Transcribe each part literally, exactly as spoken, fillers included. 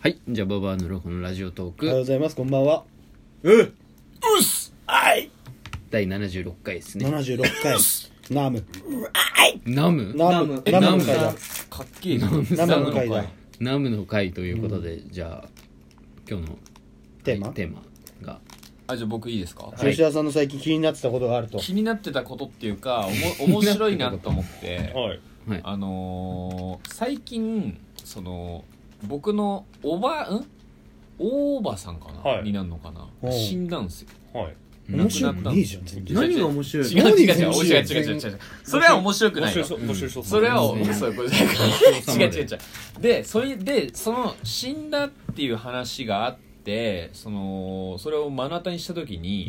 はい、じゃあババアのロコのラジオトークおはようございます。こんばんは。 ううっすはいだいななじゅうろっかいですね。 ななじゅうろっかいナムナムナムナムの回だ。 かっけえなナムの回だ。 ナムの回ということで、うん、じゃあ今日のテーマ、 はい、テーマがあじゃあ僕いいですか。 吉田さんの最近気になってたことがあると。 気になってたことっていうかおも面白いなと思ってはいはい、 あのー、最近その僕のおばん大ばさんかな、はい、になるのかな、死んだんですよ。はい。 面白くないじゃん全然。 何が面白い？違う違う違う面白い違う違う違う。それは面白くないよ。それはそうこれ違う違う違う。でそれでその死んだっていう話があって、そのそれを目の当たりにした時に、うん、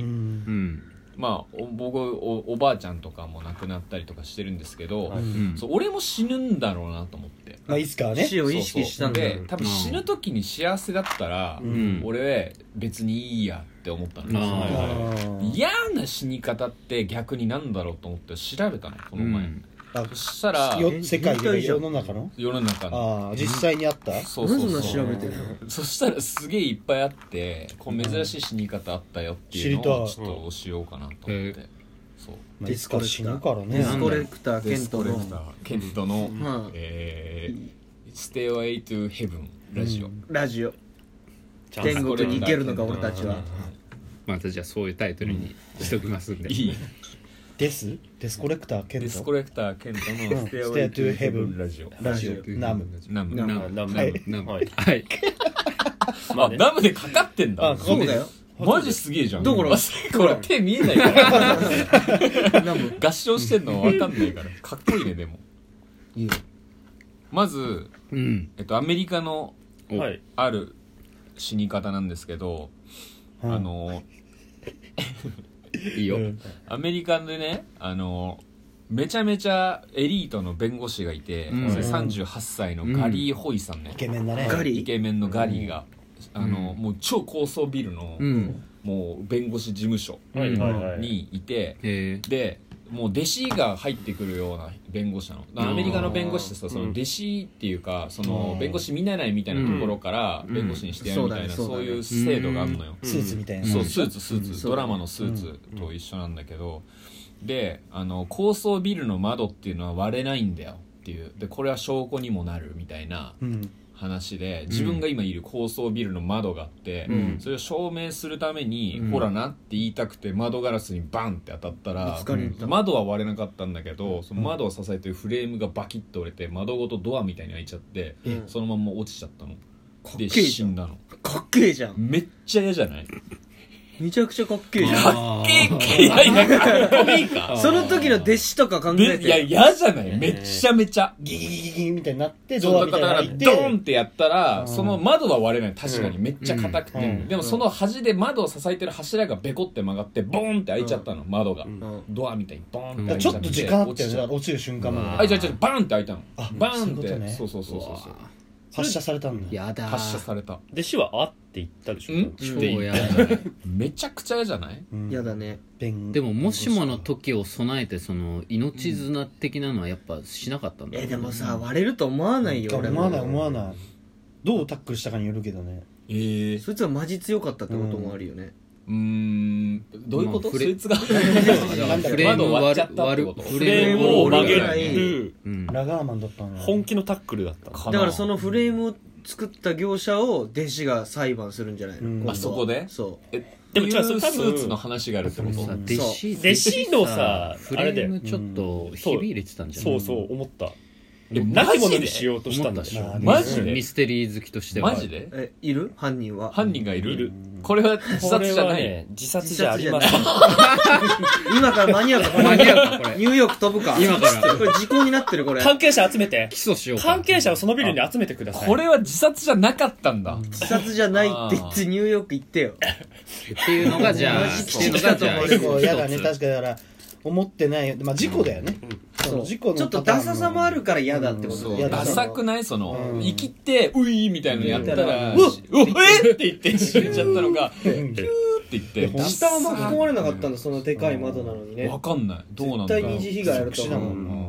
まあ僕 お, おばあちゃんとかも亡くなったりとかしてるんですけど、はい、そう俺も死ぬんだろうなと思って。 まあいつかはね。 死を意識したんで、多分死ぬ時に幸せだったら、うん、俺別にいいやって思ったの。嫌な死に方って逆になんだろうと思って調べたのこの前、うん、そしたら世界で世の中の世の中のあ実際にあった、 うん、そうそうそう何そんな調べてるの。 そしたらすげえいっぱいあってこう珍しい死に方あったよっていうのをちょっと教えようかなと思って、うん、そうまあ、いつか死ぬからね。 デスコレクターケントのケントの、うんえー、Stairway to Heaven ラジオ、うん、 ラジオ天国に行けるのか俺たちは。 またじゃあそういうタイトルにしときますんで、うん、いいデスデスコレクターケントデスコレクターケントの Stairway to Heaven ラジオラジオナムナムナムナムはいはいまあナムでかかってんだ。 そうだよマジすげえじゃん。 だからこれ手見えないから合唱してんの分かんないからかっこいいね。でもいいよ。 まず、うんえっと、アメリカのある死に方なんですけど、はい、あのいいよ、うん、アメリカでねあのめちゃめちゃエリートの弁護士がいて、うん、それさんじゅうはっさいのガリー・ホイさんね、うん、 イケメンだね。 ガリイケメンのガリーが、うん、あのもう超高層ビルの、うん、もう弁護士事務所にいて、うん、でもう弟子が入ってくるような弁護士なの。アメリカの弁護士ってさ、その弟子っていうかその弁護士見習いみたいなところから弁護士にしてやるみたいな、そういう制度があるのよ。 スーツみたいな。 そうスーツスーツドラマのスーツと一緒なんだけど、であの高層ビルの窓っていうのは割れないんだよっていう。でこれは証拠にもなるみたいな話で、自分が今いる高層ビルの窓があって、うん、それを証明するために、うん、ほらなって言いたくて窓ガラスにバンって当たったら、うん、窓は割れなかったんだけど、その窓を支えてるフレームがバキッと折れて窓ごとドアみたいに開いちゃって、うん、そのまま落ちちゃったの。で死んだの。 かっけえじゃん。 めっちゃ嫌じゃない？ めちゃくちゃかっけえじゃん。 かっけえいやいやかっこいいか。 その時の弟子とか考えて。 いや嫌じゃない？めっちゃめちゃギギギギギみたいになってドアみたいに開いてドーンってやったらその窓は割れない。確かにめっちゃ硬くて、うんうん、でもその端で窓を支えてる柱がベコって曲がってボーンって開いちゃったの、うん、窓が、うん、ドアみたいにボーンって開いちゃって、 ちょっと時間あったよね。落ちる瞬間まで、 うん、あじゃあじゃあバーンって開いたの。バーンって、 ね、 そうそうそうそうそう発射されたんだ。 やだ。 発射された。 弟子はあって言ったでしょ。うん超嫌だめちゃくちゃ嫌じゃない？ 嫌だね。 でももしもの時を備えてその命綱的なのはやっぱしなかったんだ。 えでもさ割れると思わないよ。 思わない思わない。どうタックルしたかによるけどね。 えー、 そいつはマジ強かったってこともあるよね。 うーんどういうこと？そいつがフレームを割っちゃったってこと？ フレームを曲げるラガーマンだったの。 本気のタックルだった。だからそのフレームを作った業者を弟子が裁判するんじゃないの？ うん、あそこで？ そう。 えでも違うそれ多分スーツの話があるってこと？ 弟子弟子のさフレームちょっとひび入れてたんじゃない？ そうそう思った。 えなきものにしようとしたんだしょ。 マジでミステリー好きとしてはマジでえいる犯人は犯人がいるいるこれは自殺じゃない、ね、 自殺じゃありません今から間に合うか間に合うかこれニューヨーク飛ぶか今からこれ時効になってるこれ関係者集めて起訴しようか関係者をそのビルに集めてください。 これは自殺じゃなかったんだ。 自殺じゃないって言ってニューヨーク行ってよっていうのがじゃあっていうのがじゃあ嫌だね。確かにだから思ってない、まあ事故だよね、うん、その事故のちょっとダサさもあるから嫌だってことで、 うん、ダサくないその、うん、生きてういーみたいなのやったら、 うん、うっえって言って死んじゃったのがヒューって言って下は巻き込まれなかったんだ。そのでかい窓なのにね。 分かんないどうなんだ絶対二次被害あると思う。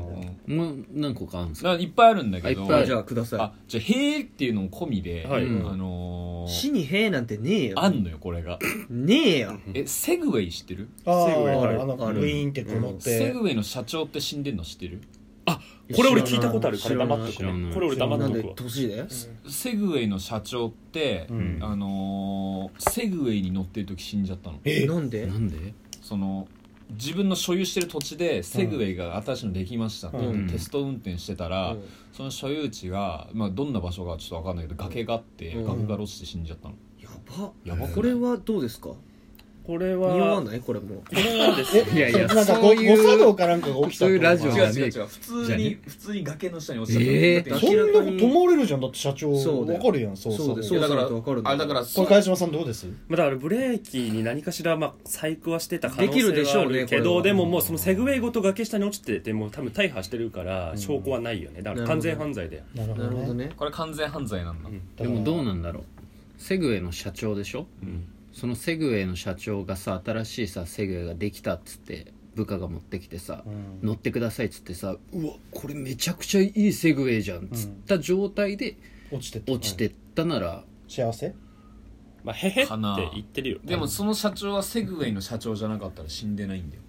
もう何個かあるんですだかからいっぱいあるんだけどあいっぱいじゃあください。 あじゃあ「へーっていうのも込みで、 はいあのー、 死にへーなんてねえよ。 あんのよこれがねえよ。 えセグウェイ知ってる？ あセグウェイあるああのあるウィーンってこう乗ってセグウェイの社長って死んでんの知ってる？ あこれ俺聞いたことあるから知らない黙っとく知らないねこれ俺黙っなんでとくわ年でセグウェイの社長って、 うんあのー、セグウェイに乗ってる時死んじゃったの。 えなんでなんでその自分の所有してる土地でセグウェイが新しいのできましたって言って、 うんテスト運転してたら、 うんその所有地が、まあ、どんな場所かちょっと分かんないけど崖があって、 うん崖が落ちて死んじゃったの。 やば。 やばくないこれはどうですか？ これ匂わはないこれもう。 これはですねいやいやなんかこそういう誤作動かなんかが起きたそういうラジオじゃじゃねえ普通じゃあね普通に崖の下に落ちちゃった、 えーだってそんなこと止まれるじゃんだって社長そうだよわかるやんそうそうでそうそういやだからそうそうわかるんだあだからこれ茅島さんどうです？ まあだからブレーキに何かしらまあ細工はしてた可能できるでし性はあょうねこれはるけどでももうそのセグウェイごと崖下に落ちててもう多分大破してるから証拠はないよねだから完全犯罪だよなるほどねなるほどね。 これ完全犯罪なんだ、 でもどうなんだろうセグウェイの社長でしょ、 んそのセグウェイの社長がさ新しいさセグウェイができたっつって部下が持ってきてさ、 うん乗ってくださいっつってさうわこれめちゃくちゃいいセグウェイじゃんっつった状態で落ちてった落ちてったなら、 幸せ？ まあへへってかな言ってるよでもその社長はセグウェイの社長じゃなかったら死んでないんだよ。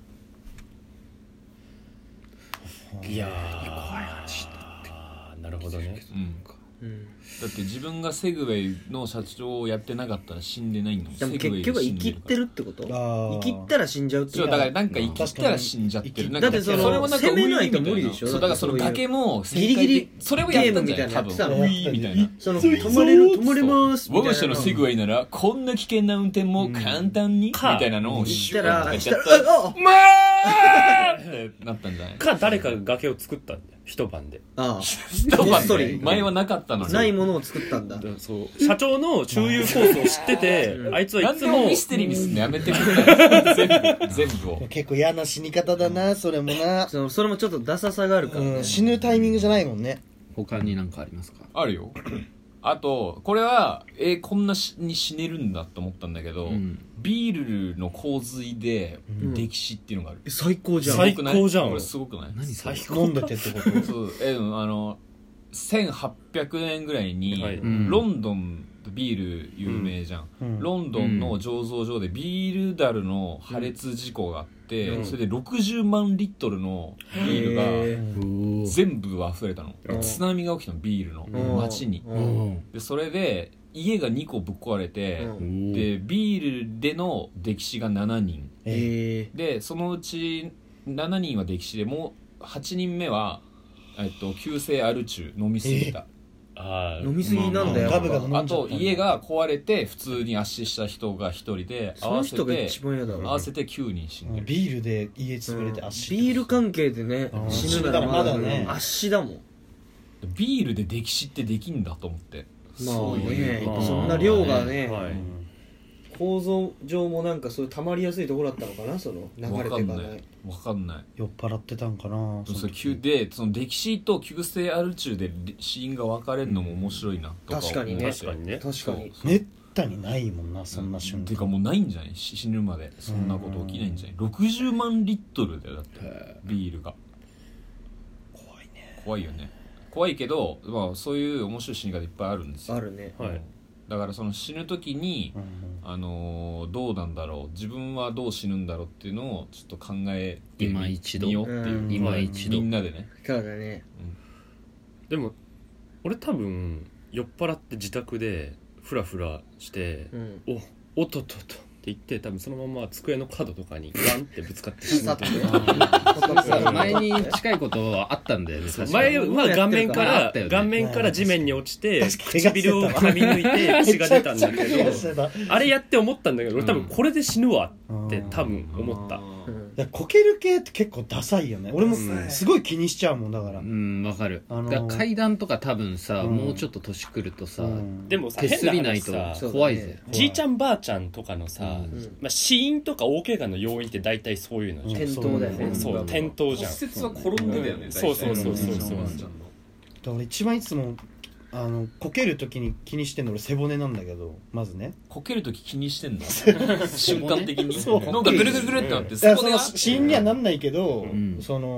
いやー怖い話だってなるほどねうんうんだって自分がセグウェイの社長をやってなかったら死んでないんだもん。 でもセグウェイ結局は生きってるるってこと？ あー生きったら死んじゃうってそうことだからなんか生きったら死んじゃってる。なんかだってそのそれもなんか攻めないと無理でしょそうだからその崖もギリギリそれをやったんじゃないゲームみたいなやってたの多分ウィーみたいな。 その止まれる止まれますみたいな我が社のセグウェイならこんな危険な運転も簡単にみかたいなのを言シュったらーってやっちゃっしたらたらあまあってなったんじゃないか誰かが崖を作ったんだよ一晩でああ一晩こっそりで前はなかったのにないものを作ったんだ。 だからそう社長の周遊コースを知っててあいつはないんつもでもミステリーにすんのやめてくれ全部全部を結構嫌な死に方だなそれもな、 そのそれもちょっとダサさがあるからね。 うん、死ぬタイミングじゃないもんね。 他に何かありますか？ あるよあとこれはえーこんなしに死ねるんだと思ったんだけど、 うんビールの洪水でうん歴史っていうのがある、 え最高じゃん。 最すごくない高じゃんこれすごくない何それ最高飲んでてってことそうえーあのせんはっぴゃくねんぐらいに、 はいうんロンドンビール有名じゃん、 うんロンドンの醸造所でビールダルの破裂事故があって、 うんそれでろくじゅうまんリットルのビールが、 へおー全部溢れたの、 うん津波が起きたのビールのうん街に、 ううんんでそれで家がにこぶっ壊れて、 うんおーでビールでの溺死がしちにんえでそのうちしちにんは溺死でもうはちにんめは、えっと、急性アル中飲みすぎた、 あー飲みすぎなんだよ。 ガブガブ飲あんじゃったんだと家が壊れて普通に圧死した人がひとりで合そのわせて人が一番嫌だ合ろわせてきゅうにん死んでる、 ビールで家潰れて圧死、 ビール関係でねうん死ぬならまだ死んだらまだねね圧死だもん。 ビールで溺死ってできんだと思ってまあそういうねまあそんな量がねはい構造上もなんかそういう溜まりやすいところだったのかな、その流分れかんないていかない。 分かんない酔っ払ってたんかなそれ急でその溺死と急性アル中で死因が分かれるのも面白いなとか思って確かにね確かにね確かに。 めったにないもんなそんな瞬間ていうかもうないんじゃないし死ぬまでそんなこと起きないんじゃないろくじゅうまんリットルだよだってビールが怖いね怖いよね怖いけど、まあ、そういう面白い死に方いっぱいあるんですよあるね。 はいだからその死ぬ時に、 うんあのーどうなんだろう自分はどう死ぬんだろうっていうのをちょっと考えてみ今一度みようっていう、 うん今一度みんなでねからね。 でも俺多分酔っ払って自宅でフラフラしてうん。 おおっとっとっとって言って多分そのまま机の角とかにガンってぶつかって死ぬと思うさ前に近いことはあったんだよね確かに前は顔面かあらったよね顔面から地面に落ちて確かに怪我してた唇を噛み抜いて血が出たんだけめちゃくちゃ怪我してどたあれやって思ったんだけど俺多分これで死ぬわって多分思ったうんいやこける系って結構ダサいよね俺もうんすごい気にしちゃうもんだから、 うんわかる、 あのーだから階段とか多分さ、 うんもうちょっと年来るとさ、 うんでもさ手すり変なないと話さ怖いぜ、 じいちゃんばあちゃんとかのさ、 うんまあ、死因とか大怪我の要因って大体そういうのじゃん、 転倒だよね。 そう転倒じゃん骨折は転んでだよね、 うん大体そうそうそうそうそうだから一番いつもあのこける時に気にしてんの俺背骨なんだけどまずねこけるとき気にしてんの瞬間的にそうなんかぐるぐるぐるってなってだからそのそこで死因にはなんないけど、 んその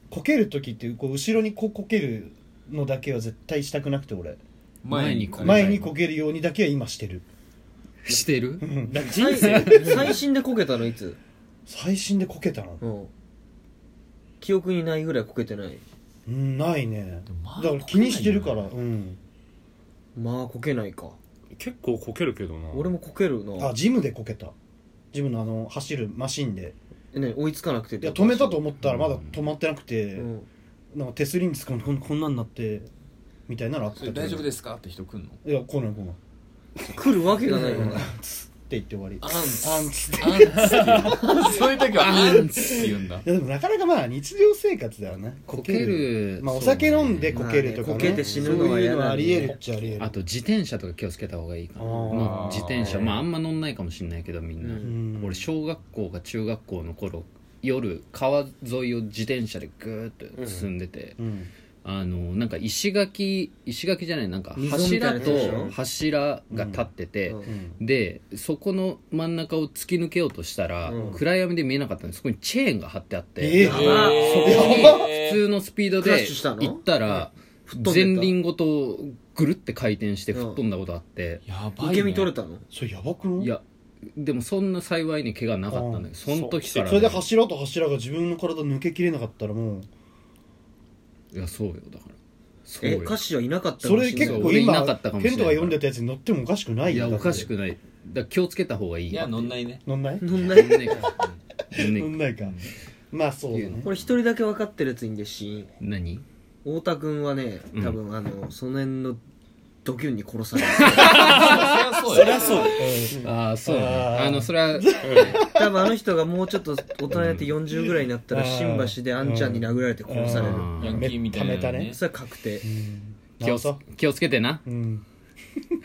こける時ってこう後ろにこうこけるのだけは絶対したくなくて俺前にこ前にこけるようにだけは今してるしてるだから人生最新でこけたのいつ？ 最新でこけたの、 うん、記憶にないぐらいこけてない？ うんないねまあだから気にしてるからうんまあこけないか。 結構こけるけどな。 俺もこけるな。 あジムでこけたジムのあの走るマシンでえね追いつかなくていや止めたと思ったらまだ止まってなくて、 うん、 なんか手すりにつくのこんこんなんなってみたいなのあったけどそれ大丈夫ですかって人来んの？ いや来ない来ない来るわけがないよなって言って終わりあんつあんつってあんつって言うそういう時はあんつって言うんだ。 いやでもなかなかまあ日常生活だよねこけるまあお酒飲んでこけるとかね、 まあねこけて死ぬのはそういう嫌なんでのはありえるっちゃありえるあと自転車とか気をつけた方がいいかな。 あーもう自転車まああんま乗んないかもしんないけどみんな、 うん俺小学校か中学校の頃夜川沿いを自転車でぐーっと進んでて、 うんあのなんか石垣石垣じゃないなんか溝みたいな柱やつでしょと柱が立ってて、 うんうんでそこの真ん中を突き抜けようとしたら、 うん暗闇で見えなかったんでそこにチェーンが張ってあって、 えやばそこに普通のスピードクラッでシュしたの行ったら吹っ飛んでった前輪ごとぐるって回転して吹っ飛んだことあって、 やばいね。 受け身取れたの？ それやばくないいやでもそんな幸いに怪我なかったんだけどその時から、 それで柱と柱が自分の体抜けきれなかったらもういやそうよだからそうえよ歌詞はいなかったそれかもしれない結構今俺いなかったかもしれないケントが読んでたやつに乗ってもおかしくないよいやおかしくだってないだから気をつけた方がいいいや乗んないね。 乗んない乗んない乗んねえか乗んねえか乗んないかまあそうだねこれ一人だけ分かってるやついいんでし何太田君はね多分、あのその辺のドキュンに殺されるそりゃそうよ。 ああそうねあーあのそれは多分あの人がもうちょっと大人になってよんじゅうぐらいになったらうん新橋であんちゃんに殴られて殺されるうんヤンキーみたいなめためたねね。 それは確定うん気を直そう気をつけてなうん